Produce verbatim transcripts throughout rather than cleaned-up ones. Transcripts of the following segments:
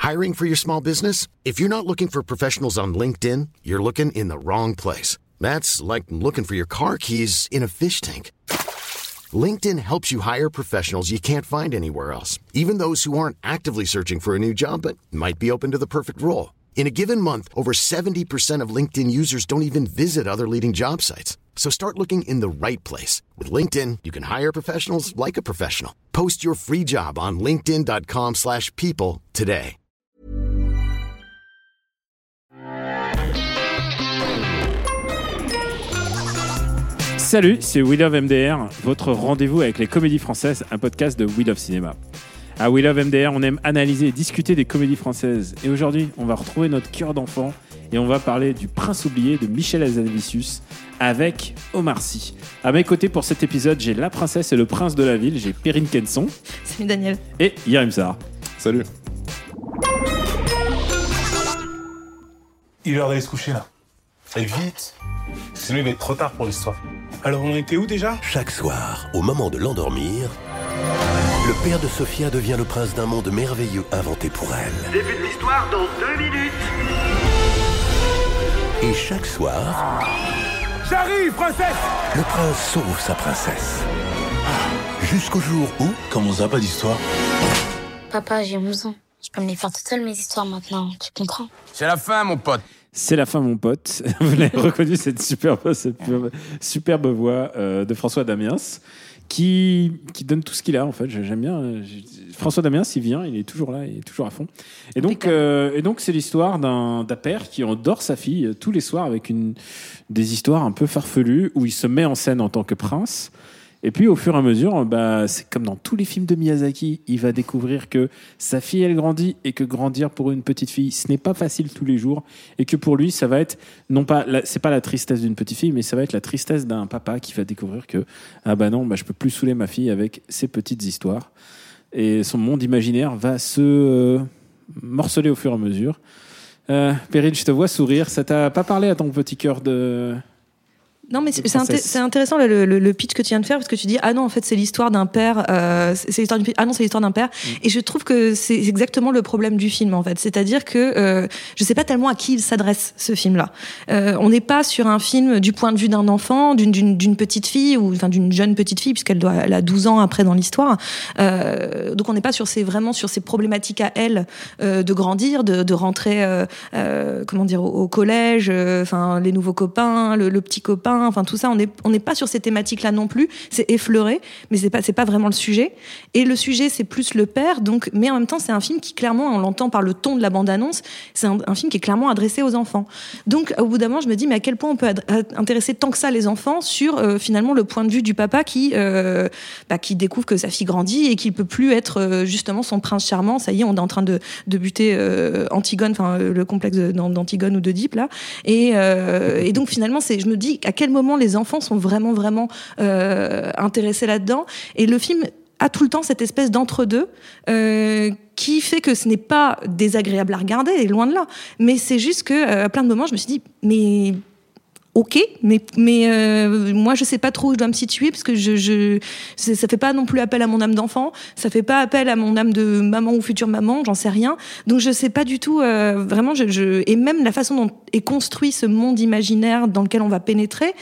Hiring for your small business? If you're not looking for professionals on LinkedIn, you're looking in the wrong place. That's like looking for your car keys in a fish tank. LinkedIn helps you hire professionals you can't find anywhere else, even those who aren't actively searching for a new job but might be open to the perfect role. In a given month, over seventy percent of LinkedIn users don't even visit other leading job sites. So start looking in the right place. With LinkedIn, you can hire professionals like a professional. Post your free job on linkedin.com slash people today. Salut, c'est We Love M D R, votre rendez-vous avec les comédies françaises, un podcast de We Love Cinéma. À We Love M D R, on aime analyser et discuter des comédies françaises. Et aujourd'hui, on va retrouver notre cœur d'enfant et on va parler du Prince oublié de Michel Hazanavicius avec Omar Sy. À mes côtés pour cet épisode, j'ai la princesse et le prince de la ville, j'ai Perrine Kenson. Salut Daniel. Et Yerim Sahar. Salut. Il est l'heure d'aller se coucher là. Et vite, sinon il va être trop tard pour l'histoire. Alors on était où déjà ? Chaque soir, au moment de l'endormir, le père de Sophia devient le prince d'un monde merveilleux inventé pour elle. Début de l'histoire dans deux minutes. Et chaque soir... J'arrive, princesse ! Le prince sauve sa princesse. Jusqu'au jour où... Comment ça, pas d'histoire ? Papa, j'ai onze ans. Je peux me les faire toutes seules, mes histoires maintenant. Tu comprends ? C'est la fin, mon pote. C'est la fin, mon pote. Vous l'avez reconnu, cette superbe, cette superbe, superbe voix euh, de François Damiens, qui, qui donne tout ce qu'il a, en fait. J'aime bien. François Damiens, il vient, il est toujours là, il est toujours à fond. Et donc, euh, et donc c'est l'histoire d'un, d'un père qui endort sa fille tous les soirs avec une, des histoires un peu farfelues où il se met en scène en tant que prince. Et puis, au fur et à mesure, bah, c'est comme dans tous les films de Miyazaki, il va découvrir que sa fille, elle grandit et que grandir pour une petite fille, ce n'est pas facile tous les jours. Et que pour lui, ça va être, non pas, la, c'est pas la tristesse d'une petite fille, mais ça va être la tristesse d'un papa qui va découvrir que, ah bah non, bah, je peux plus saouler ma fille avec ces petites histoires. Et son monde imaginaire va se euh, morceler au fur et à mesure. Euh, Perrine, je te vois sourire. Ça t'a pas parlé à ton petit cœur de... Non, mais c'est, c'est, inté- c'est intéressant le, le, le pitch que tu viens de faire parce que tu dis ah non en fait c'est l'histoire d'un père euh, c'est, c'est l'histoire d'une ah non c'est l'histoire d'un père mmh. Et je trouve que c'est exactement le problème du film en fait, c'est-à-dire que euh, je sais pas tellement à qui il s'adresse ce film-là. Euh, on n'est pas sur un film du point de vue d'un enfant, d'une, d'une, d'une petite fille ou enfin d'une jeune petite fille puisqu'elle doit elle a douze ans après dans l'histoire. Euh, donc on n'est pas sur ces vraiment sur ces problématiques à elle euh, de grandir, de, de rentrer euh, euh, comment dire au, au collège, enfin euh, les nouveaux copains, le, le petit copain. Enfin tout ça, on n'est on n'est pas sur ces thématiques-là non plus. C'est effleuré, mais c'est pas c'est pas vraiment le sujet. Et le sujet, c'est plus le père. Donc, mais en même temps, c'est un film qui clairement, on l'entend par le ton de la bande-annonce, c'est un, un film qui est clairement adressé aux enfants. Donc, au bout d'un moment, je me dis, mais à quel point on peut ad- intéresser tant que ça les enfants sur euh, finalement le point de vue du papa qui euh, bah, qui découvre que sa fille grandit et qu'il peut plus être euh, justement son prince charmant. Ça y est, on est en train de de buter euh, Antigone, enfin le complexe de, d'Antigone ou d'Oedipe là. Et, euh, et donc finalement, c'est, je me dis à quel moment les enfants sont vraiment vraiment euh, intéressés là-dedans, et le film a tout le temps cette espèce d'entre-deux euh, qui fait que ce n'est pas désagréable à regarder, loin de là, mais c'est juste que euh, à plein de moments je me suis dit mais ok, mais mais euh, moi je sais pas trop où je dois me situer parce que je je ça fait pas non plus appel à mon âme d'enfant, ça fait pas appel à mon âme de maman ou future maman, j'en sais rien. Donc je sais pas du tout euh, vraiment je, je et même la façon dont est construit ce monde imaginaire dans lequel on va pénétrer.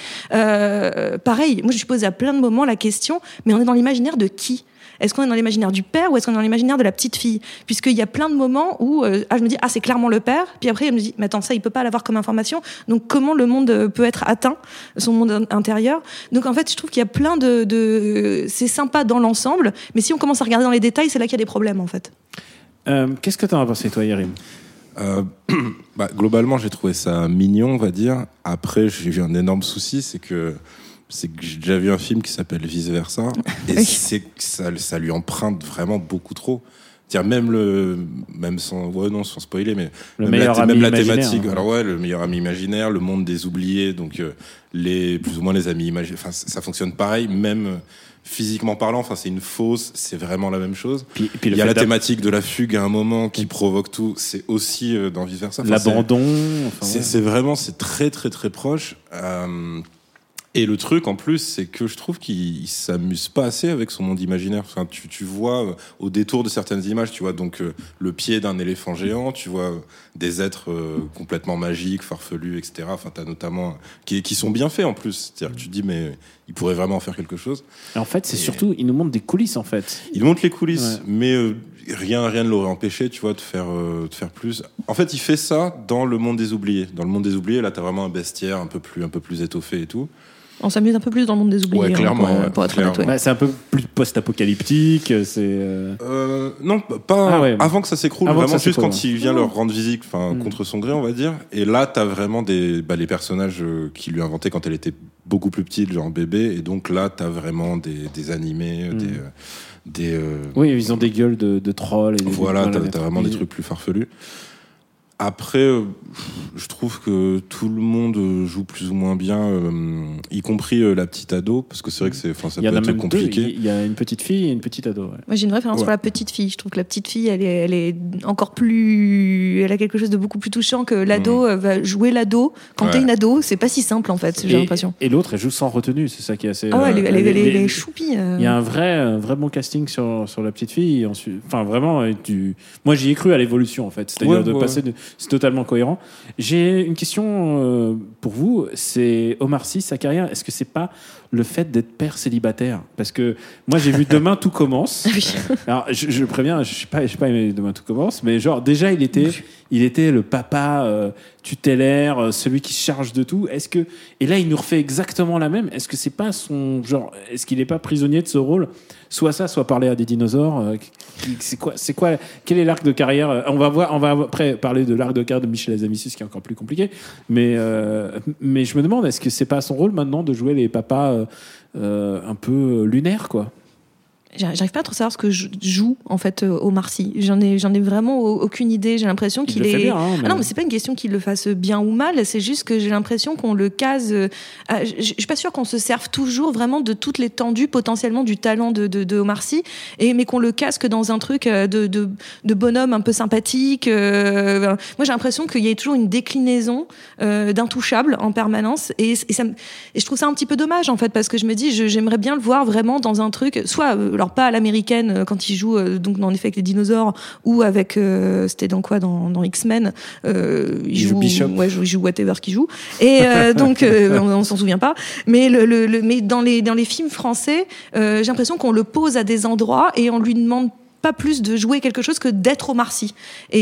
Euh, pareil, moi je me suis posé à plein de moments la question, mais on est dans l'imaginaire de qui ? Est-ce qu'on est dans l'imaginaire du père ou est-ce qu'on est dans l'imaginaire de la petite fille ? Puisqu'il y a plein de moments où euh, ah, je me dis ah c'est clairement le père, puis après je me dis mais attends ça il peut pas l'avoir comme information, donc comment le monde peut être atteint, son monde intérieur. Donc en fait je trouve qu'il y a plein de, de... c'est sympa dans l'ensemble, mais si on commence à regarder dans les détails c'est là qu'il y a des problèmes en fait. Euh, qu'est-ce que t'en as pensé toi Yerim ? Euh, bah, globalement, j'ai trouvé ça mignon, on va dire. Après, j'ai eu un énorme souci, c'est que c'est que j'ai déjà vu un film qui s'appelle Vice Versa, et oui. c'est que ça, ça lui emprunte vraiment beaucoup trop. C'est-à-dire même le, même sans, ouais non, sans spoiler, mais le même, meilleur la, ami même la imaginaire, thématique. hein. Alors ouais, le meilleur ami imaginaire, le monde des oubliés, donc euh, les plus ou moins les amis imaginaires. Enfin, ça, ça fonctionne pareil, même. Euh, physiquement parlant, enfin c'est une fausse, c'est vraiment la même chose. Puis, puis il y a la thématique de la fugue à un moment qui provoque tout, c'est aussi euh, dans Vice Versa. Enfin, l'abandon. C'est, enfin, c'est, ouais. c'est vraiment, c'est très très très proche. Euh, Et le truc en plus, c'est que je trouve qu'il il s'amuse pas assez avec son monde imaginaire. Enfin, tu, tu vois euh, au détour de certaines images, tu vois donc euh, le pied d'un éléphant géant, tu vois euh, des êtres euh, complètement magiques, farfelus, et cetera. Enfin, t'as notamment euh, qui, qui sont bien faits en plus. C'est-à-dire que tu te dis mais il pourrait vraiment en faire quelque chose. Et en fait, c'est Et surtout il nous montre des coulisses en fait. Il montre les coulisses, Ouais. mais euh, rien rien ne l'aurait empêché, tu vois, de faire euh, de faire plus. En fait, il fait ça dans le monde des oubliés. Dans le monde des oubliés, là, t'as vraiment un bestiaire un peu plus un peu plus étoffé et tout. On s'amuse un peu plus dans le monde des oubliés. Ouais, clairement, hein, pour, ouais, pour être clairement. honnête, ouais. Bah, c'est un peu plus post-apocalyptique. C'est. euh, Euh, non, pas Ah ouais. avant que ça s'écroule, Avant que vraiment ça juste s'écroule, quand ouais. il vient Mmh. leur rendre visite, enfin Mm. contre son gré, on va dire. Et là, t'as vraiment des bah, les personnages euh, qu'il lui a inventés quand elle était beaucoup plus petite, genre bébé. Et donc là, t'as vraiment des, des animés, Mm. des euh, des euh, Oui, ils ont des gueules de, de trolls. Et des, voilà, voilà, t'as, t'as vraiment des trucs plus farfelus. Après, euh, je trouve que tout le monde joue plus ou moins bien, euh, y compris euh, la petite ado, parce que c'est vrai que c'est, enfin, ça Il y en peut a être même deux. compliqué. Il y a une petite fille et une petite ado. Ouais. Moi, j'ai une référence Ouais. pour la petite fille. Je trouve que la petite fille, elle est, elle est encore plus. Elle a quelque chose de beaucoup plus touchant que l'ado. Mmh. Elle va jouer l'ado. Quand Ouais. t'es une ado, c'est pas si simple, en fait, j'ai Et- l'impression. Et l'autre, elle joue sans retenue. C'est ça qui est assez. Ah ouais, elle, est- elle, est- elle, est- elle les- est choupie. euh. Il y a un vrai, un vrai bon casting sur, sur la petite fille. Et ensuite, enfin, vraiment, et tu... moi, j'y ai cru à l'évolution, en fait. C'est-à-dire Ouais, de ouais. passer. De... C'est totalement cohérent. J'ai une question euh, pour vous. C'est Omar Sy, sa carrière. Est-ce que c'est pas le fait d'être père célibataire? Parce que moi, j'ai vu Demain tout commence. Oui. Alors, je, je préviens, je sais pas, je sais pas aimé Demain tout commence, mais genre déjà, il était, il était le papa euh, tutélaire, euh, celui qui se charge de tout. Est-ce que et là, il nous refait exactement la même. Est-ce que c'est pas son genre? Est-ce qu'il est pas prisonnier de ce rôle? Soit ça, soit parler à des dinosaures. euh, qui- C'est quoi? C'est quoi? Quel est l'arc de carrière? On va voir. On va après parler de l'arc de carrière de Michel Hazanavicius, qui est encore plus compliqué. Mais euh, mais je me demande, est-ce que c'est pas son rôle maintenant de jouer les papas euh, euh, un peu lunaires, quoi? J'arrive pas à trop savoir ce que je joue en fait euh, Omar Sy. J'en ai, j'en ai vraiment aucune idée. J'ai l'impression Il qu'il le fait est. bien, hein, mais- Ah non, mais c'est pas une question qu'il le fasse bien ou mal. C'est juste que j'ai l'impression qu'on le case. euh, à- je, je suis pas sûre qu'on se serve toujours vraiment de toute l'étendue potentiellement du talent de, de, de Omar Sy, et mais qu'on le case que dans un truc euh, de, de, de bonhomme un peu sympathique. euh, Moi, j'ai l'impression qu'il y a toujours une déclinaison euh, d'intouchable en permanence, et, et ça, me- et je trouve ça un petit peu dommage en fait, parce que je me dis, je, j'aimerais bien le voir vraiment dans un truc, soit euh, alors pas à l'américaine euh, quand il joue euh, donc en effet avec les dinosaures, ou avec euh, c'était dans quoi dans, dans X-Men euh, il, Il joue Bishop. ouais, il joue whatever qu'il joue, et euh, donc euh, on, on s'en souvient pas, mais le, le, le- mais dans les dans les films français, euh, j'ai l'impression qu'on le pose à des endroits et on lui demande pas plus de jouer quelque chose que d'être Omar Sy.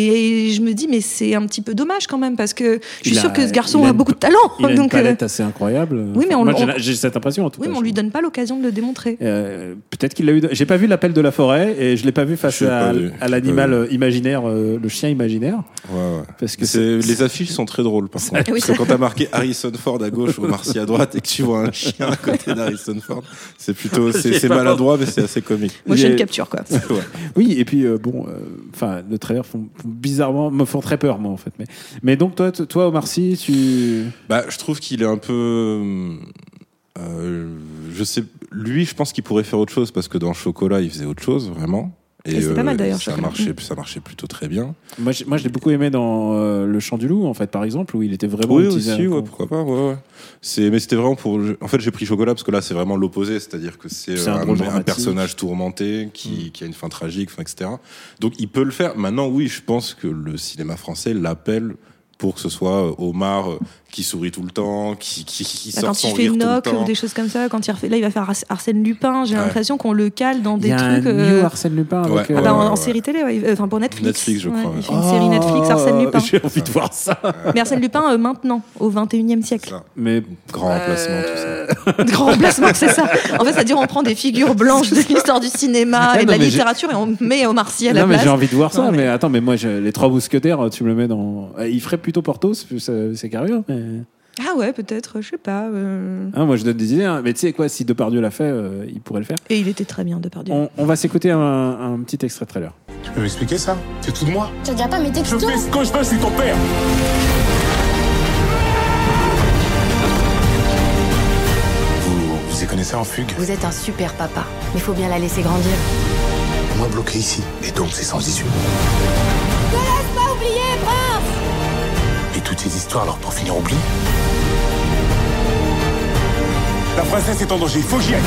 Et je me dis, mais c'est un petit peu dommage quand même, parce que je suis Il a- sûre que ce garçon il a a une- beaucoup de talent. Il a une donc, euh, palette assez incroyable. Oui, mais on- moi, on- j'ai, j'ai cette impression en tout oui, cas. mais on lui donne pas l'occasion de le démontrer. Euh, peut-être qu'il l'a eu. J'ai pas vu l'appel de la forêt et je l'ai pas vu face Je l'ai à, pas vu, à j'ai l'animal pas euh, imaginaire, euh, le chien imaginaire. Ouais, ouais. Parce que c'est, c'est- les affiches sont très drôles par contre. Oui, Parce que quand t'as marqué Harrison Ford à gauche, Omar Sy à droite, et que tu vois un chien à côté d'Harrison Ford, c'est plutôt c'est, c'est maladroit, mais c'est assez comique. Motion J'ai- capture, quoi. Ouais. Oui, et puis euh, bon, enfin, le trailer font, font bizarrement, me font très peur moi en fait. Mais, mais donc toi, t- toi, Omar Sy, tu. Bah, je trouve qu'il est un peu. Euh, je sais. Lui, je pense qu'il pourrait faire autre chose parce que dans Chocolat, il faisait autre chose vraiment. Et c'est pas mal, d'ailleurs, Ça Chocolat. marchait, ça marchait plutôt très bien. Moi, je, moi, je l'ai beaucoup aimé dans euh, Le Chant du Loup en fait, par exemple, où il était vraiment. Oui, utilisé aussi, un- ouais, pourquoi pas. Ouais, ouais. C'est, mais c'était vraiment pour. En fait, j'ai pris Chocolat parce que là, c'est vraiment l'opposé, c'est-à-dire que c'est, C'est un un, drôle un dramatique. personnage tourmenté qui, qui a une fin tragique, enfin, et cetera. Donc, il peut le faire. Maintenant, oui, je pense que le cinéma français l'appelle pour que ce soit euh, Omar euh, qui sourit tout le temps, qui, qui, qui Bah, sort quand son il fait rire tout le Knock temps. ou des choses comme ça, quand il refait, là il va faire Ars- Arsène Lupin, j'ai Ouais. l'impression qu'on le cale dans Il des y a trucs. un euh, New Arsène Lupin avec. Ouais. ah euh, bah, en, ouais, en ouais. série télé, ouais. Enfin pour Netflix. Netflix, je crois, ouais. Il fait une série Netflix, Arsène Lupin. J'ai envie de voir ça. Mais Arsène Lupin euh, maintenant, au vingt et unième siècle. Ça. Mais Grand remplacement, tout ça. Grand remplacement, c'est ça. En fait, c'est-à-dire on prend des figures blanches de l'histoire du cinéma Ouais, et de non, la mais j'ai- littérature et on met Omar Sy à la non, mais place. j'ai envie de voir ça. Non, mais... mais- attends, mais moi, je- les Trois Mousquetaires, tu me le mets dans. Euh, Il ferait plutôt Porthos, c'est, c'est carré. Mais... Ah ouais, peut-être, je sais pas. euh. Ah, moi, je donne des idées. Hein. Mais tu sais quoi, si Depardieu l'a fait, euh, il pourrait le faire. Et il était très bien, Depardieu. On, on va s'écouter un, un petit extrait de trailer. Tu peux m'expliquer ça? C'est tout de moi. Tu regardes pas mes Je textos? fais ce que je veux, je suis ton père. Vous vous y connaissez en fugue? Vous êtes un super papa, mais faut bien la laisser grandir. Moi bloqué ici. Et donc c'est sans issue. Pas oublier, Prince! Et toutes ces histoires, alors pour finir oublié? La princesse est en danger, il faut que j'y aille.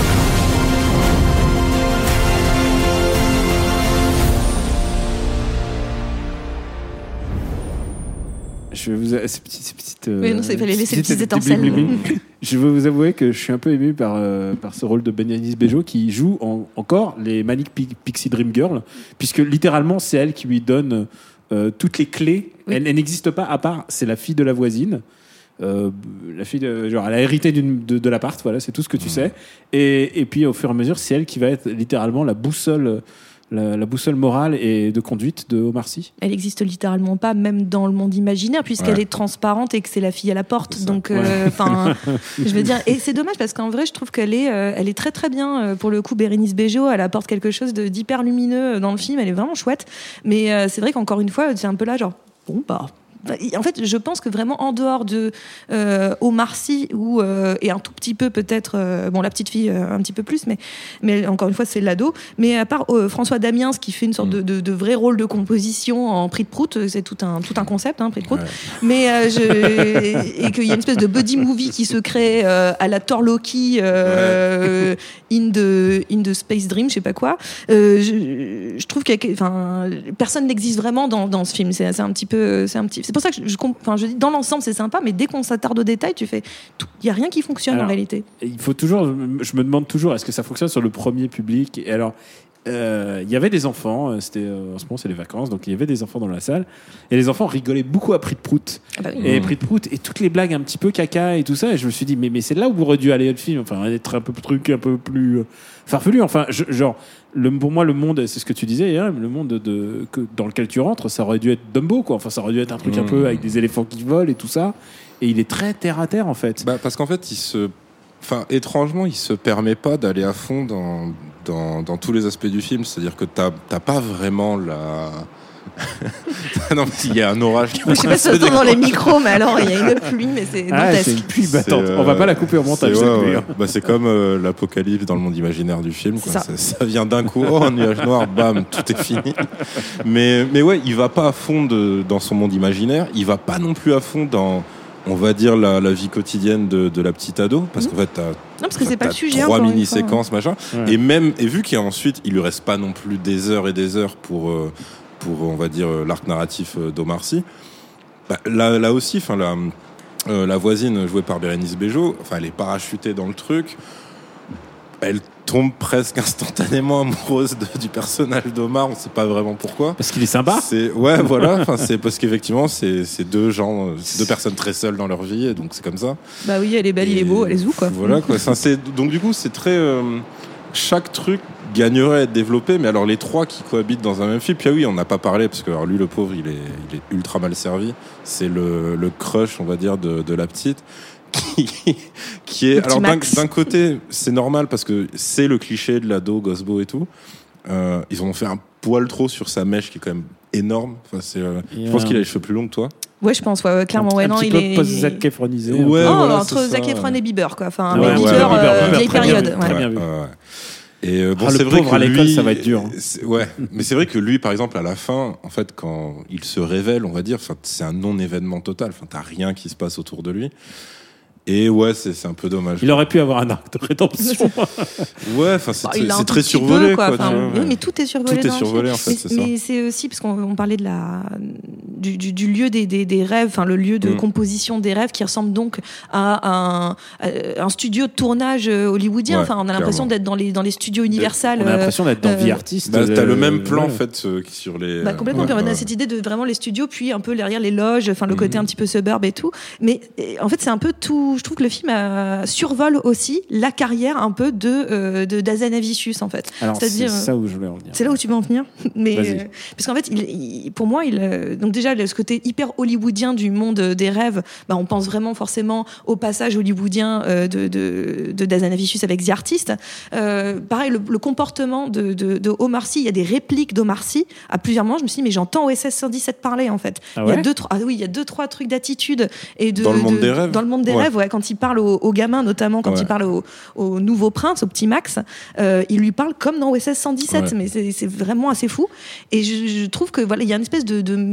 Je vais vous ces petites, ces petites euh, oui, non, il fallait laisser les petites étincelles. Je veux vous avouer que je suis un peu ému par euh, par ce rôle de Bérénice Bejo qui joue en, encore les Manic Pixie Dream Girl, puisque littéralement c'est elle qui lui donne euh, toutes les clés. Oui. Elle, elle n'existe pas à part, c'est la fille de la voisine. Euh, la fille de, genre elle a hérité d'une, de, de l'appart, voilà, c'est tout ce que tu sais. Et, et puis au fur et à mesure, c'est elle qui va être littéralement la boussole. La, la boussole morale et de conduite de Omar Sy. Elle n'existe littéralement pas, même dans le monde imaginaire, puisqu'elle ouais. est transparente et que c'est la fille à la porte. Donc, enfin, euh, ouais. je veux dire, et c'est dommage parce qu'en vrai, je trouve qu'elle est, euh, elle est très très bien. Euh, pour le coup, Bérénice Bejo, elle apporte quelque chose de, d'hyper lumineux dans le film. Elle est vraiment chouette. Mais euh, c'est vrai qu'encore une fois, c'est un peu là, genre, bon bah. En fait, je pense que vraiment en dehors de euh, Omar Sy ou euh, et un tout petit peu peut-être euh, bon la petite fille euh, un petit peu plus, mais mais encore une fois c'est l'ado. Mais à part euh, François Damiens qui fait une sorte de, de, de vrai rôle de composition en prix de prout, c'est tout un tout un concept, hein, prix de prout. Ouais. Mais euh, je, et qu'il y a une espèce de buddy movie qui se crée euh, à la Thor Loki euh, ouais. in the in the Space Dream, je sais pas quoi. Euh, je, je trouve qu'il y a, enfin personne n'existe vraiment dans dans ce film. C'est, c'est un petit peu c'est un petit c'est pour ça que je, je, enfin, je dis dans l'ensemble c'est sympa, mais dès qu'on s'attarde aux détails, tu fais, il y a rien qui fonctionne. Alors, en réalité. Il faut toujours, je me demande toujours, est-ce que ça fonctionne sur le premier public ? Et alors, il euh, y avait des enfants, c'était euh, en ce moment c'est les vacances, donc il y avait des enfants dans la salle, et les enfants rigolaient beaucoup à Prix de Prout. Ah bah oui. Et Prix de Prout et toutes les blagues un petit peu caca et tout ça, et je me suis dit mais mais c'est là où aurait dû aller le film, enfin être un peu truc un peu plus euh, farfelu, enfin je, genre. Le, pour moi, le monde, c'est ce que tu disais, hein, le monde de, que, dans lequel tu rentres, ça aurait dû être Dumbo, quoi. Enfin, ça aurait dû être un truc mmh. un peu avec des éléphants qui volent et tout ça. Et il est très terre à terre, en fait. Bah, parce qu'en fait, il se, enfin, étrangement, il se permet pas d'aller à fond dans, dans, dans tous les aspects du film. C'est-à-dire que t'as, t'as pas vraiment la. Non, il y a un orage. Je sais pas si ça entend dans les micros, mais alors il y a une pluie, mais c'est ah, dantesque. C'est une pluie battante. Euh, on va pas la couper au montage. C'est, cette ouais, pluie, ouais. Bah, c'est comme euh, l'apocalypse dans le monde imaginaire du film. Quoi. Ça. Ça, ça vient d'un coup, oh, un nuage noir, bam, tout est fini. Mais, mais ouais, il va pas à fond de, dans son monde imaginaire. Il va pas non plus à fond dans, on va dire, la, la vie quotidienne de, de la petite ado, parce mmh. qu'en fait, t'as, non, parce que c'est pas le sujet, trois mini-séquences, machin. Ouais. Et même, et vu qu'ensuite, il lui reste pas non plus des heures et des heures pour. Euh, pour, on va dire, l'arc narratif d'Omar Sy. Bah, là, là aussi, enfin, la, euh, la voisine jouée par Bérénice Bejo, enfin, elle est parachutée dans le truc. Elle tombe presque instantanément amoureuse de, du personnage d'Omar. On sait pas vraiment pourquoi. Parce qu'il est sympa. C'est, ouais, voilà. Enfin, c'est parce qu'effectivement, c'est, c'est deux gens, c'est deux personnes très seules dans leur vie, et donc c'est comme ça. Bah oui, elle est belle, et il est beau, elle est zou, quoi. Voilà, quoi. Enfin, c'est, donc du coup, c'est très. Euh, chaque truc gagnerait à être développé, mais alors les trois qui cohabitent dans un même film, puis ah oui, on n'a pas parlé, parce que alors lui, le pauvre, il est, il est ultra mal servi. C'est le, le crush, on va dire, de, de la petite, qui, qui est... Alors d'un, d'un côté, c'est normal, parce que c'est le cliché de l'ado, Gosbo et tout. Euh, ils en ont fait un poil trop sur sa mèche, qui est quand même énorme. Enfin, c'est, euh, yeah. Je pense qu'il a les cheveux plus longs que toi. Ouais, je pense, ouais, clairement. Ouais, un non, petit il peu est post-Zac Efronisé. Ouais, oh, voilà, entre Zac Efron et Bieber, quoi. Enfin, ouais, mais ouais, Bieber, ouais, euh, Bieber, vieille très période. Bien, très ouais. bien vu. Ouais, ouais. Et euh, bon, ah, c'est le vrai pauvre que à l'école, lui, ça va être dur. C'est, ouais, mais c'est vrai que lui, par exemple, à la fin, en fait, quand il se révèle, on va dire, c'est un non-événement total. Enfin, t'as rien qui se passe autour de lui. Et ouais, c'est, c'est un peu dommage. Il aurait pu avoir un arc de rédemption. Ouais, enfin, c'est, bah, c'est très survolé, peu, quoi. quoi. Enfin, tu vois, oui, mais tout est survolé. Tout est survolé, en fait, mais, c'est ça. Mais c'est aussi parce qu'on on parlait de la du, du, du lieu des, des, des rêves, enfin le lieu de mmh. composition des rêves qui ressemble donc à un, à un studio de tournage hollywoodien. Ouais, enfin, on a l'impression clairement. d'être dans les dans les studios Universal. On a l'impression d'être dans euh, Vie Artiste. Bah, t'as euh, le même plan, en fait, euh, sur les. Bah, complètement. Ouais, puis on a cette idée de vraiment les studios, puis un peu derrière les loges, enfin le mmh. côté un petit peu suburb et tout. Mais en fait, c'est un peu tout. Je trouve que le film a survole aussi la carrière un peu de, euh, de d'Azanavicius en fait. Alors c'est ça où je voulais en venir. C'est là où tu veux en venir. Mais euh, parce qu'en fait, il, il, pour moi, il, euh, donc déjà ce côté hyper hollywoodien du monde des rêves, bah, on pense vraiment forcément au passage hollywoodien euh, de, de, de d'Azanavicius avec The Artist. Euh, pareil, le, le comportement de, de, de Omar Sy, il y a des répliques d'Omar Sy à plusieurs moments. Je me suis dit mais j'entends O S S cent dix-sept parler en fait. Ah ouais il y a deux trois, ah oui, il y a deux trois trucs d'attitude et de dans le monde de, des rêves. Dans le monde des ouais. rêves, ouais, quand il parle aux, aux gamins notamment quand ouais. il parle au, au nouveau prince, au petit Max, euh, il lui parle comme dans O S S cent dix-sept, ouais. mais c'est, c'est vraiment assez fou. Et je, je trouve que voilà, il y a une espèce de, de mélange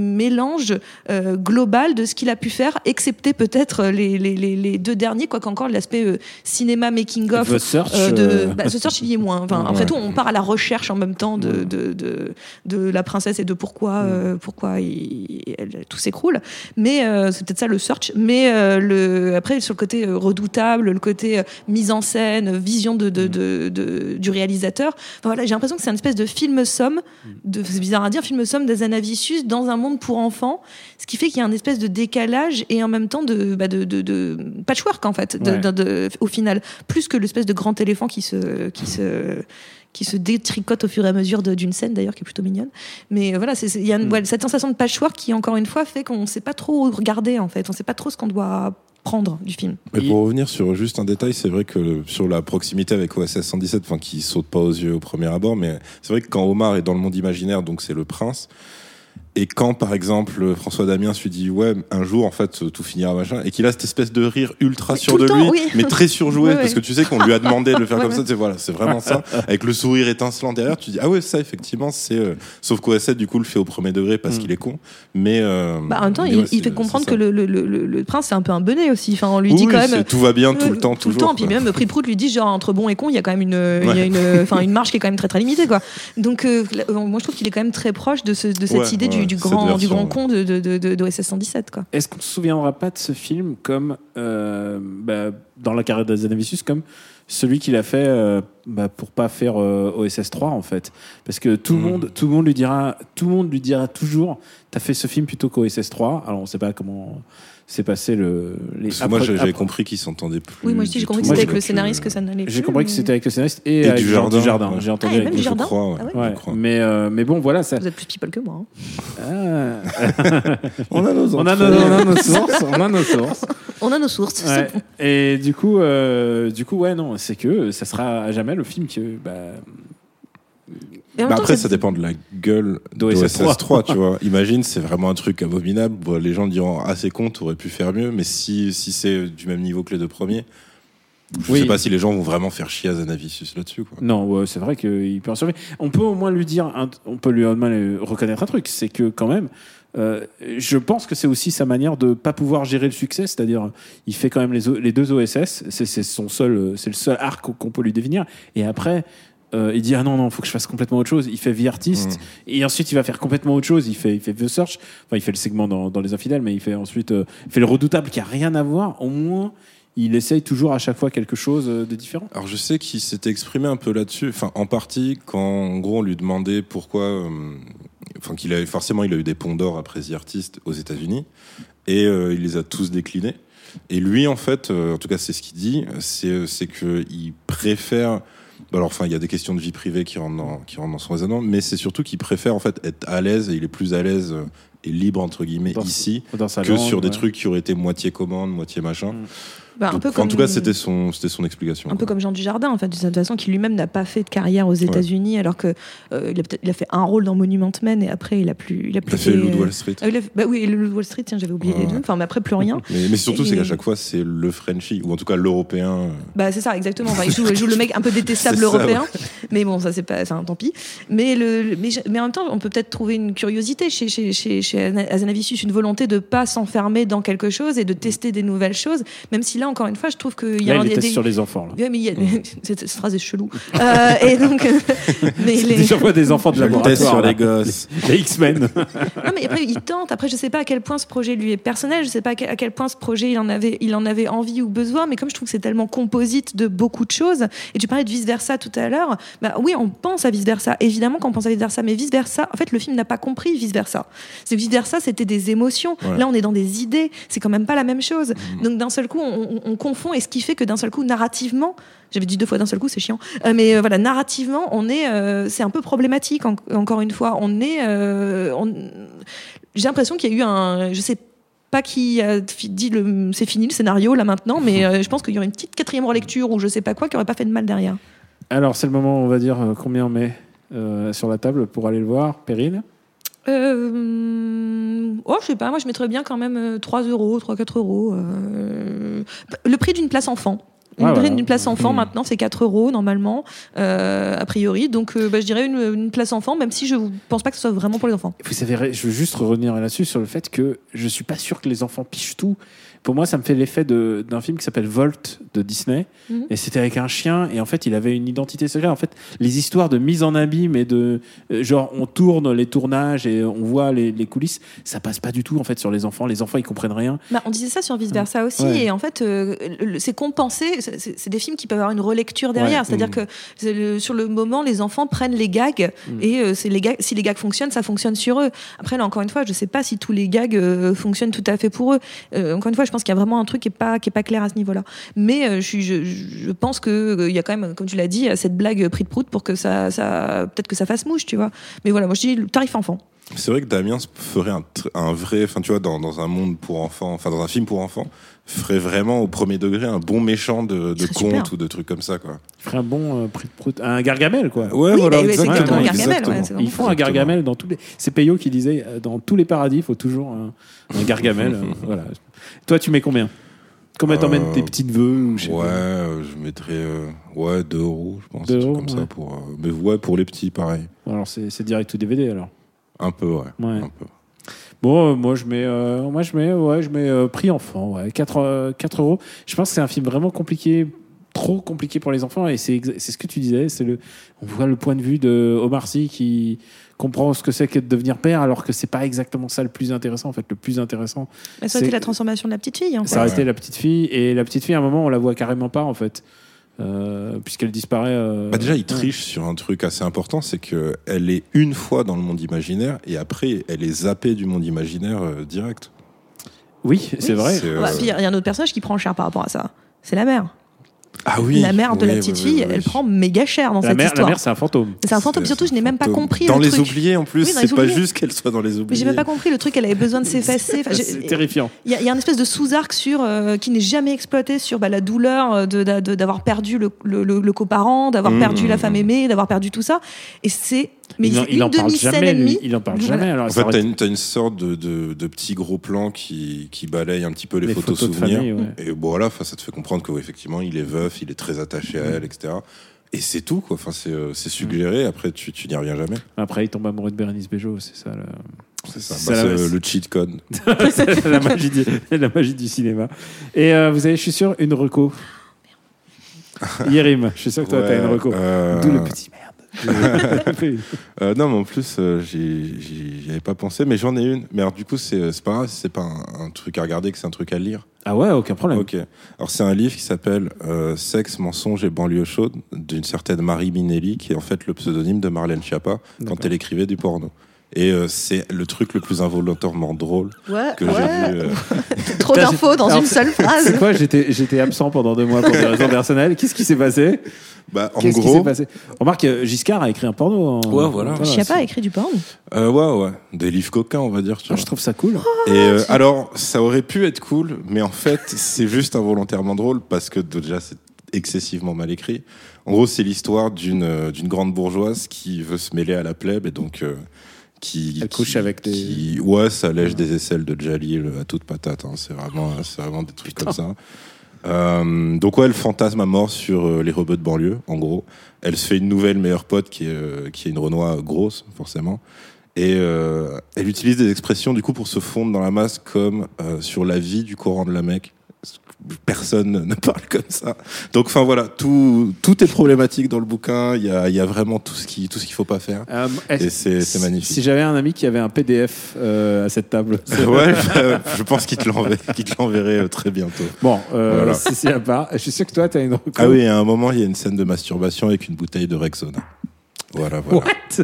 mélange euh, global de ce qu'il a pu faire, excepté peut-être les, les, les, les deux derniers, quoi qu'encore l'aspect euh, cinéma making of. The Search, euh, de, euh... bah, The Search, il y est moins. Enfin, ouais. Après tout, on part à la recherche en même temps de, de, de, de la princesse et de pourquoi, euh, pourquoi il, elle, tout s'écroule. Mais euh, c'est peut-être ça le Search. Mais euh, le, après, sur le côté euh, redoutable, le côté euh, mise en scène, vision de, de, de, de, du réalisateur. Enfin, voilà, j'ai l'impression que c'est une espèce de film-somme, de, c'est bizarre à dire, film-somme d'Azanavicius dans un monde pour enfants, ce qui fait qu'il y a un espèce de décalage et en même temps de, bah de, de, de patchwork en fait, de, ouais. de, de, au final, plus que l'espèce de grand éléphant qui se, qui se, qui se détricote au fur et à mesure de, d'une scène d'ailleurs qui est plutôt mignonne. Mais euh, voilà, il y a mm. ouais, cette sensation de patchwork qui encore une fois fait qu'on ne sait pas trop regarder en fait, on ne sait pas trop ce qu'on doit prendre du film. Mais pour revenir sur juste un détail, c'est vrai que sur la proximité avec O S S cent dix-sept, enfin qui saute pas aux yeux au premier abord, mais c'est vrai que quand Omar est dans le monde imaginaire, donc c'est le prince. Et quand, par exemple, François Damiens lui dit ouais, un jour en fait tout finira machin, et qu'il a cette espèce de rire ultra sûr de temps, lui, oui. mais très surjoué, oui, parce oui. que tu sais qu'on lui a demandé de le faire ouais, comme ouais. ça, c'est voilà, c'est vraiment ça, avec le sourire étincelant derrière. Tu dis ah ouais, ça effectivement c'est, euh... sauf qu'O S sept du coup le fait au premier degré parce mm. qu'il est con, mais euh... bah, en même temps mais il, ouais, il fait comprendre que le, le, le, le prince c'est un peu un benet aussi. Enfin, on lui oui, dit oui, quand même tout va bien tout euh, le temps, tout toujours. le temps. Puis même Prix Prout lui dit genre entre bon et con, il y a quand même une, ouais. il y a une, enfin une marge qui est quand même très très limitée quoi. Donc euh, moi je trouve qu'il est quand même très proche de, ce, de cette ouais, idée ouais, du, du grand du grand ouais. con de, de, de, de, d'O S S cent dix-sept quoi. Est-ce qu'on se souviendra pas de ce film comme euh, bah, dans la carrière d'Azanavicius comme celui qu'il a fait euh, bah, pour pas faire euh, O S S trois en fait, parce que tout le mmh. monde tout le monde lui dira tout le monde lui dira toujours t'as fait ce film plutôt qu'O S S trois. Alors on sait pas comment s'est passé le les Parce que moi j'avais après... compris qu'ils s'entendaient plus. Oui, moi aussi j'ai compris que c'était avec le scénariste que ça n'allait plus. J'ai compris que c'était avec le scénariste et, et avec du jardin, du jardin. Ouais. J'ai entendu ah, avec même du jardin. Je crois, ouais. Ah ouais, ouais. Je crois. Mais euh, mais bon voilà ça. Vous êtes plus people que moi. Hein. Ah. on a nos on a nos, on a nos sources, on a nos sources. On a nos sources. Ouais. Et du coup euh, du coup ouais non, c'est que ça sera à jamais le film que bah Bah temps, après, ça dépend de la gueule d'O S S trois, tu vois. Imagine, c'est vraiment un truc abominable. Bon, les gens diront, ah, c'est con, t'aurais pu faire mieux. Mais si, si c'est du même niveau que les deux premiers, je oui. sais pas si les gens vont vraiment faire chier Azanavicius là-dessus, quoi. Non, ouais, c'est vrai qu'il peut en survivre. On peut au moins lui dire, un, on peut lui au moins reconnaître un truc, c'est que quand même, euh, je pense que c'est aussi sa manière de pas pouvoir gérer le succès, c'est-à-dire, il fait quand même les, les deux O S S, c'est, c'est son seul, c'est le seul arc qu'on peut lui définir. Et après, Euh, il dit ah non non faut que je fasse complètement autre chose, il fait The Artist mmh. et ensuite il va faire complètement autre chose, il fait il fait The Search, enfin il fait le segment dans, dans Les Infidèles, mais il fait ensuite euh, il fait Le Redoutable qui a rien à voir. Au moins il essaye toujours à chaque fois quelque chose de différent. Alors je sais qu'il s'était exprimé un peu là-dessus, enfin en partie quand en gros on lui demandait pourquoi euh, enfin qu'il avait forcément il a eu des ponts d'or après The Artist aux États-Unis et euh, il les a tous déclinés. Et lui en fait euh, en tout cas c'est ce qu'il dit, c'est c'est que il préfère. Alors, enfin, il y a des questions de vie privée qui rentrent dans, qui rentrent dans son raisonnement, mais c'est surtout qu'il préfère en fait être à l'aise et il est plus à l'aise et libre entre guillemets dans, ici dans que langue, sur des ouais. trucs qui auraient été moitié commande, moitié machin. Mmh. Bah, un Donc, peu comme, en tout cas, c'était son, c'était son explication. Un quoi. peu comme Jean Dujardin, en fait, de toute façon, qui lui-même n'a pas fait de carrière aux États-Unis, ouais. alors que euh, il, a il a fait un rôle dans Monument Men et après il a plus, il a plus. Il a fait, fait Loup de Wall Street. Euh, il a fait, bah oui, le Loup de Wall Street, tiens, j'avais oublié ouais. les deux. Enfin, mais après plus rien. mais, mais surtout, et, c'est qu'à chaque fois, c'est le Frenchie ou en tout cas l'européen. Bah c'est ça, exactement. Enfin, il joue, il joue le mec un peu détestable européen, ça, ouais. mais bon, ça c'est pas, ça, tant pis. Mais le, mais, mais en même temps, on peut peut-être trouver une curiosité chez chez chez, chez Azanavicius, une volonté de pas s'enfermer dans quelque chose et de tester des nouvelles choses, même si là, encore une fois, je trouve que il y a là, un, il y a des... des... sur les enfants. Là. Ouais, mais il y a... cette, cette phrase est chelou. Euh, et donc, mais les... déjà fois des enfants de laboratoire sur les gosses, les, les X-Men. Non, mais après, il tente. Après, je sais pas à quel point ce projet lui est personnel. Je sais pas à quel, à quel point ce projet il en avait, il en avait envie ou besoin. Mais comme je trouve que c'est tellement composite de beaucoup de choses. Et tu parlais de vice versa tout à l'heure. Bah oui, on pense à vice versa. Évidemment qu'on pense à vice versa, mais vice versa. En fait, le film n'a pas compris vice versa. C'est vice versa, c'était des émotions. Ouais. Là, on est dans des idées. C'est quand même pas la même chose. Mmh. Donc d'un seul coup, on, on, on confond. Et ce qui fait que d'un seul coup, narrativement, j'avais dit deux fois d'un seul coup, c'est chiant. Euh, mais euh, voilà, narrativement, on est, euh, c'est un peu problématique. En, encore une fois, on est, euh, on... j'ai l'impression qu'il y a eu un, je sais pas qui a dit le, c'est fini le scénario là maintenant, mais euh, je pense qu'il y aurait une petite quatrième relecture ou je sais pas quoi qui aurait pas fait de mal derrière. Alors c'est le moment, on va dire euh, combien on met euh, sur la table pour aller le voir, Perrine. Euh... Oh, je sais pas, moi je mettrais bien quand même trois euros, trois quatre euros. Euh... Le prix d'une place enfant. Une, Ouais, voilà. une place enfant, Mmh. maintenant, c'est quatre euros, normalement, euh, a priori. Donc, euh, bah, je dirais une, une place enfant, même si je ne pense pas que ce soit vraiment pour les enfants. Vous savez, je veux juste revenir là-dessus sur le fait que je suis pas sûr que les enfants pichent tout. Pour moi, ça me fait l'effet de, d'un film qui s'appelle Volt de Disney. Mhm. Et c'était avec un chien. Et en fait, il avait une identité secrète. En fait, les histoires de mise en abîme et de. euh, Genre, on tourne les tournages et on voit les, les coulisses. Ça passe pas du tout, en fait, sur les enfants. Les enfants, ils comprennent rien. Bah, on disait ça sur Vice Versa aussi, Ouais. et en fait, euh, le- c'est compensé. C'est, c'est- c'est des films qui peuvent avoir une relecture derrière. Ouais. C'est-à-dire Mmh. que c'est le- sur le moment, les enfants prennent les gags, Mmh. et euh, c'est les gags, si les gags fonctionnent, ça fonctionne sur eux. Après, là, encore une fois, je sais pas si tous les gags euh, fonctionnent tout à fait pour eux. Euh, encore une fois, je pense qu'il y a vraiment un truc qui est pas qui est pas clair à ce niveau-là. Mais euh, je, suis, je, je pense que euh, il y a quand même, comme tu l'as dit, cette blague pris de prout pour que ça, ça peut-être que ça fasse mouche, tu vois. Mais voilà, moi je dis le tarif enfant. C'est vrai que Damien ferait un, tr- un vrai, enfin tu vois, dans, dans un monde pour enfants, enfin dans un film pour enfants, ferait vraiment au premier degré un bon méchant de, de serait super. conte ou de trucs comme ça, quoi. Il ferait un bon euh, prix de prout. Un Gargamel, quoi. Ouais, Oui, voilà, mais c'est exactement. exactement Ouais, Gargamel. exactement. Ouais, c'est vraiment Ils font un Exactement. Gargamel dans tous les. C'est Peyo qui disait euh, dans tous les paradis, il faut toujours un, un Gargamel. euh, voilà. Toi, tu mets combien? Combien t'emmènes Euh, tes petits neveux ou je sais Ouais, pas. euh, je mettrais euh, ouais deux euros, je pense, Deux un truc euros, comme ouais. ça pour. euh, mais ouais, pour les petits, pareil. Alors c'est, c'est direct ou D V D alors. Un peu, ouais. Ouais. Un peu. Bon, euh, moi je mets, euh, moi je mets, ouais, je mets euh, prix enfant, ouais, quatre, euh, quatre euros. Je pense que c'est un film vraiment compliqué, trop compliqué pour les enfants, et c'est, exa- c'est ce que tu disais, c'est le, on voit le point de vue de Omar Sy qui comprend ce que c'est que de devenir père, alors que c'est pas exactement ça le plus intéressant. En fait, le plus intéressant, Mais ça, c'est c'est la transformation de la petite fille. En fait. ça restait la petite fille, et la petite fille, à un moment, on la voit carrément pas en fait, euh, puisqu'elle disparaît. euh, Bah déjà, il ouais. triche sur un truc assez important, c'est que elle est une fois dans le monde imaginaire et après, elle est zappée du monde imaginaire euh, direct. Oui, c'est vrai. C'est, euh, Bah, puis il y a un autre personnage qui prend cher par rapport à ça. C'est la mère. Ah oui. La mère de la oui, petite oui, fille, oui, oui. elle prend méga cher dans La cette mère, la histoire. mère, c'est un fantôme. C'est un fantôme. C'est- Surtout, je n'ai même pas fantôme. compris Dans le les truc. oubliés, en plus, Oui, dans c'est les pas oubliés. juste qu'elle soit dans les Mais oubliés. j'ai même pas compris le truc. Elle avait besoin de s'effacer. Enfin, j'ai- C'est terrifiant. Il y, a- il y a un espèce de sous-arc sur euh, qui n'est jamais exploité sur bah, la douleur euh, de, de- de- d'avoir perdu le, le, le- le coparent, d'avoir Mmh. perdu la femme aimée, d'avoir perdu tout ça. Et c'est mais il en, c'est il une en parle demi-scène jamais, et lui. demie. Il en parle Voilà. jamais. Alors, En ça fait, aurait t'as été une, t'as une sorte de, de, de petits gros plans qui, qui balayent un petit peu les, les photos, photos de souvenirs. famille, ouais. Et bon, voilà, enfin, ça te fait comprendre qu'effectivement, il est veuf, il est très attaché à elle, et cetera. Et c'est tout, quoi. Enfin, c'est, euh, c'est suggéré. Après, tu, tu n'y reviens jamais. Après, il tombe amoureux de Bérénice Bejo, c'est ça. Le... C'est ça. C'est Bah, la- c'est le cheat code. c'est la magie, du, la magie du cinéma. Et euh, vous avez, je suis sûr, une reco. Yérim, je suis sûr que toi, Ouais, t'as une reco. euh, D'où le petit merde. Euh, non, mais en plus, euh, j'y, j'y, j'y avais pas pensé, mais j'en ai une. Mais alors, du coup, c'est, c'est pas grave si c'est pas un, un truc à regarder, que c'est un truc à lire. Ah ouais, aucun problème. Ok. Alors, c'est un livre qui s'appelle euh, Sexe, mensonge et banlieue chaude, d'une certaine Marie Minelli, qui est en fait le pseudonyme de Marlène Schiappa quand D'accord. elle écrivait du porno. Et euh, c'est le truc le plus involontairement drôle Ouais, que ouais. j'ai vu. euh. Trop Putain, d'infos dans Alors, une seule phrase. C'est quoi j'étais, j'étais absent pendant deux mois pour des raisons personnelles. Qu'est-ce qui s'est passé Bah, en Qu'est-ce qui gros, s'est passé Remarque, euh, Giscard a écrit un porno. En... Ouais, voilà. Chiappa a écrit du porno. euh, ouais, ouais, des livres coquins, on va dire. Tu Ah, vois. je trouve ça cool. Et euh, alors, ça aurait pu être cool, mais en fait, c'est juste involontairement drôle parce que déjà, c'est excessivement mal écrit. En gros, c'est l'histoire d'une euh, d'une grande bourgeoise qui veut se mêler à la plèbe et donc euh, qui Elle qui- couche avec des- qui- ouais, ça lèche des aisselles de Jalil à toute patate. Hein. C'est vraiment, c'est vraiment des trucs comme ça. Euh, donc ouais, elle fantasme à mort sur euh, les rebeux de banlieue, en gros. Elle se fait une nouvelle meilleure pote qui est, euh, qui est une Renoir grosse, forcément. Et euh, elle utilise des expressions du coup pour se fondre dans la masse comme euh, sur la vie du Coran de la Mecque. Personne ne parle comme ça. Donc enfin voilà, tout, tout est problématique dans le bouquin. Il y a, il y a vraiment tout ce qui, tout ce qu'il faut pas faire. Euh, est-ce- Et c'est, c'est magnifique. Si j'avais un ami qui avait un P D F euh, à cette table. Ouais, je, je pense qu'il te l'enverrait, qu'il te l'enverrait euh, très bientôt. Bon, euh, Voilà. si c'est à part. Je suis sûr que toi, t'as une reco. Ah oui, à un moment, il y a une scène de masturbation avec une bouteille de Rexona. Voilà, voilà. What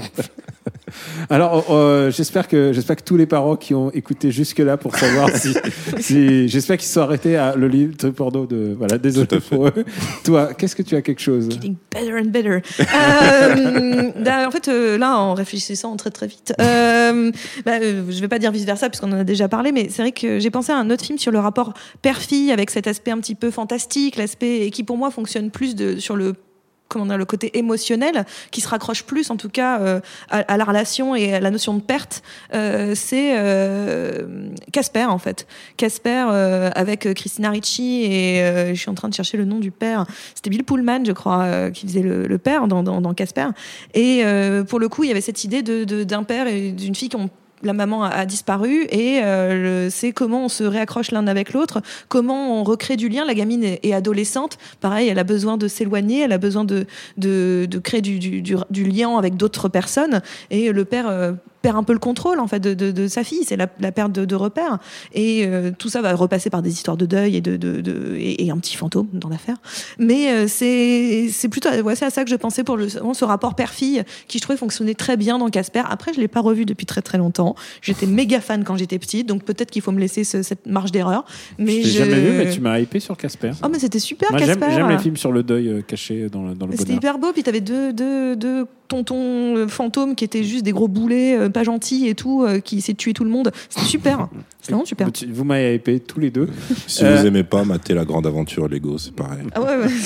Alors, euh, j'espère que j'espère que tous les parents qui ont écouté jusque là pour savoir si, si j'espère qu'ils sont arrêtés à le livre de porno de voilà. Désolé Tout à fait. pour eux. Toi, qu'est-ce que tu as quelque chose Getting better and better. Euh, bah, en fait, euh, là, en réfléchissant très très vite, euh, bah, euh, je vais pas dire vice versa puisqu'on en a déjà parlé, mais c'est vrai que j'ai pensé à un autre film sur le rapport père-fille avec cet aspect un petit peu fantastique, l'aspect et qui pour moi fonctionne plus de, sur le comment dire, le côté émotionnel qui se raccroche plus en tout cas euh, à, à la relation et à la notion de perte, euh, c'est Casper euh, en fait. Casper euh, avec Christina Ricci et euh, je suis en train de chercher le nom du père. C'était Bill Pullman, je crois, euh, qui faisait le, le père dans, dans, dans Casper. Et euh, pour le coup, il y avait cette idée de, de, d'un père et d'une fille qui ont la maman a, a disparu et euh, le, c'est comment on se réaccroche l'un avec l'autre, comment on recrée du lien. La gamine est, est adolescente, pareil, elle a besoin de s'éloigner, elle a besoin de, de, de créer du, du, du, du lien avec d'autres personnes et le père euh, perd un peu le contrôle en fait de, de, de sa fille, c'est la, la perte de, de repères et euh, tout ça va repasser par des histoires de deuil et, de, de, de, et, et un petit fantôme dans l'affaire, mais euh, c'est, c'est plutôt ouais, c'est à ça que je pensais pour le, ce rapport père-fille qui je trouvais fonctionnait très bien dans Casper. Après je l'ai pas revu depuis très très longtemps, j'étais méga fan quand j'étais petite, donc peut-être qu'il faut me laisser ce, cette marge d'erreur, mais je l'ai je... jamais vu, mais tu m'as hypé sur Casper. Oh mais c'était super. Moi, Casper, j'aime, j'aime les films sur le deuil euh, caché dans le, dans le c'était bonheur. hyper beau, puis t'avais deux, deux, deux tontons euh, fantômes qui étaient juste des gros boulets euh, pas gentils et tout, euh, qui essaient de tuer tout le monde, c'était super, c'était vraiment super. Vous m'avez hypé tous les deux. Si euh... vous aimez pas, matez La Grande Aventure Lego, c'est pareil. Ah ouais, ouais.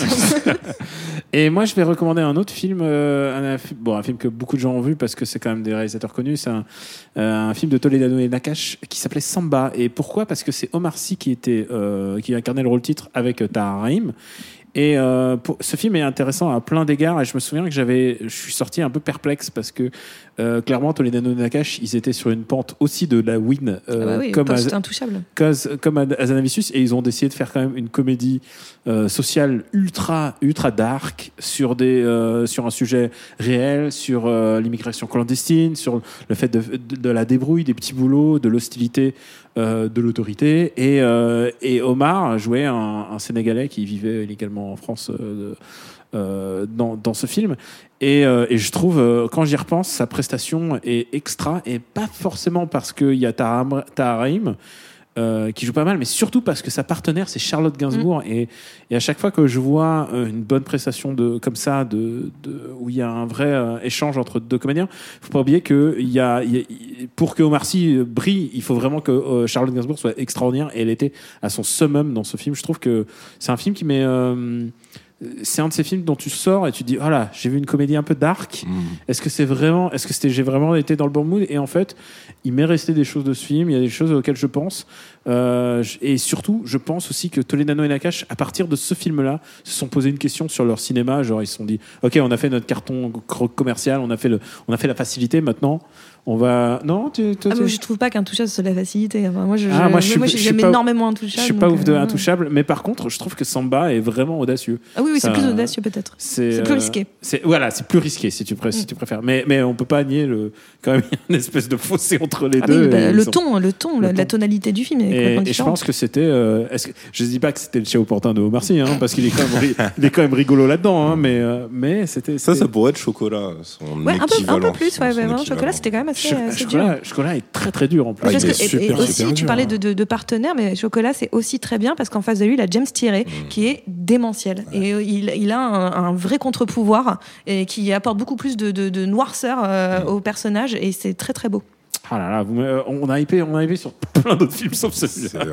Et moi je vais recommander un autre film, euh, un, bon, un film que beaucoup de gens ont vu parce que c'est quand même des réalisateurs connus, c'est un, euh, un film de Toledano et Nakache qui s'appelait Samba. Et pourquoi ? Parce que c'est Omar Sy qui, était, euh, qui incarnait le rôle titre avec Tahar Rahim. Et euh, pour, ce film est intéressant à plein d'égards et je me souviens que j'avais, je suis sorti un peu perplexe parce que euh, clairement Toledano et Nakache ils étaient sur une pente aussi de la win euh, ah bah oui, comme, Az- intouchable. comme Hazanavicius, et ils ont décidé de faire quand même une comédie euh, sociale ultra ultra dark sur des euh, sur un sujet réel, sur euh, l'immigration clandestine, sur le fait de, de, de la débrouille, des petits boulots, de l'hostilité euh, de l'autorité et, euh, et Omar jouait un, un Sénégalais qui vivait illégalement en France euh, euh, dans, dans ce film et, euh, et je trouve euh, quand j'y repense sa prestation est extra et pas forcément parce qu'il y a Tahar Rahim Euh, qui joue pas mal, mais surtout parce que sa partenaire c'est Charlotte Gainsbourg mmh. et, et à chaque fois que je vois euh, une bonne prestation de, comme ça de, de, où il y a un vrai euh, échange entre deux comédiens, faut pas oublier que il y a, il y a, pour que Omar Sy brille il faut vraiment que euh, Charlotte Gainsbourg soit extraordinaire et elle était à son summum dans ce film. Je trouve que c'est un film qui met euh, c'est un de ces films dont tu sors et tu te dis, voilà, oh j'ai vu une comédie un peu dark. Mmh. Est-ce que c'est vraiment, est-ce que c'était, j'ai vraiment été dans le bon mood? Et en fait, il m'est resté des choses de ce film. Il y a des choses auxquelles je pense. Euh, et surtout, je pense aussi que Toledano et Nakache, à partir de ce film-là, se sont posé une question sur leur cinéma. Genre, ils se sont dit, ok, on a fait notre carton commercial, on a fait le, on a fait la facilité. Maintenant, on va. Non, tu, tu, ah, tu... je trouve pas qu'Intouchable soit la facilité. Enfin, moi, je, ah, moi, je, je, moi, je j'aime pas, énormément Intouchable. Je suis pas donc, ouf de euh, Intouchable, mais par contre, je trouve que Samba est vraiment audacieux. Ah oui, oui, ça, c'est plus audacieux peut-être. C'est, c'est plus risqué. Euh, c'est, voilà, c'est plus risqué si tu, pré- mm. si tu préfères. Mais, mais on peut pas nier le. Quand même, il y a une espèce de fossé entre les ah deux. Oui, bah, le, sont... ton, le ton, le la, ton, la tonalité du film est complètement et, et je pense que c'était. Euh, est-ce que, je dis pas que c'était le Ciao Portin de Omar Sy, hein, parce qu'il est quand même, il est quand même rigolo là-dedans, hein, mais, euh, mais c'était, c'était. Ça, ça pourrait être Chocolat, son ouais, équivalent. Un peu, un peu plus, ouais, son, vraiment. Son Chocolat, c'était quand même assez, Ch- assez chocolat, dur. Chocolat est très très dur en plus. Ah, parce il que, est super, et, et aussi, super tu dur, parlais hein. de, de, de partenaires, mais Chocolat, c'est aussi très bien parce qu'en face de lui, il a James Thierry, mmh. qui est démentiel. Ouais. Et il, il a un, un vrai contre-pouvoir et qui apporte beaucoup plus de, de, de noirceur euh, mmh. au personnage et c'est très très beau. Ah là là, vous, euh, on a hypé, on a hypé sur plein d'autres films sauf celui-là.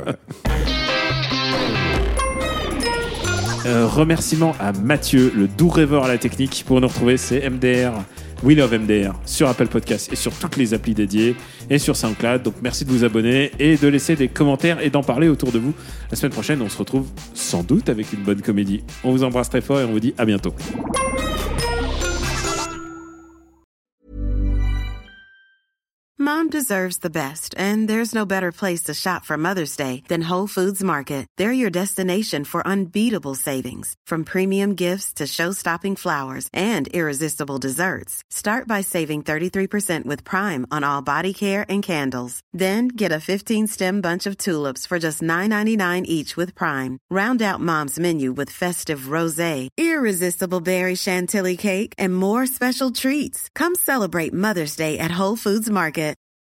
Euh, remerciements à Mathieu, le doux rêveur à la technique. Pour nous retrouver, c'est M D R, We Love M D R, sur Apple Podcasts et sur toutes les applis dédiées et sur SoundCloud. Donc merci de vous abonner et de laisser des commentaires et d'en parler autour de vous. La semaine prochaine, on se retrouve sans doute avec une bonne comédie. On vous embrasse très fort et on vous dit à bientôt. Mom deserves the best, and there's no better place to shop for Mother's Day than Whole Foods Market. They're your destination for unbeatable savings, from premium gifts to show-stopping flowers and irresistible desserts. Start by saving thirty-three percent with Prime on all body care and candles. Then get a fifteen-stem bunch of tulips for just nine ninety-nine each with Prime. Round out Mom's menu with festive rosé, irresistible berry chantilly cake, and more special treats. Come celebrate Mother's Day at Whole Foods Market.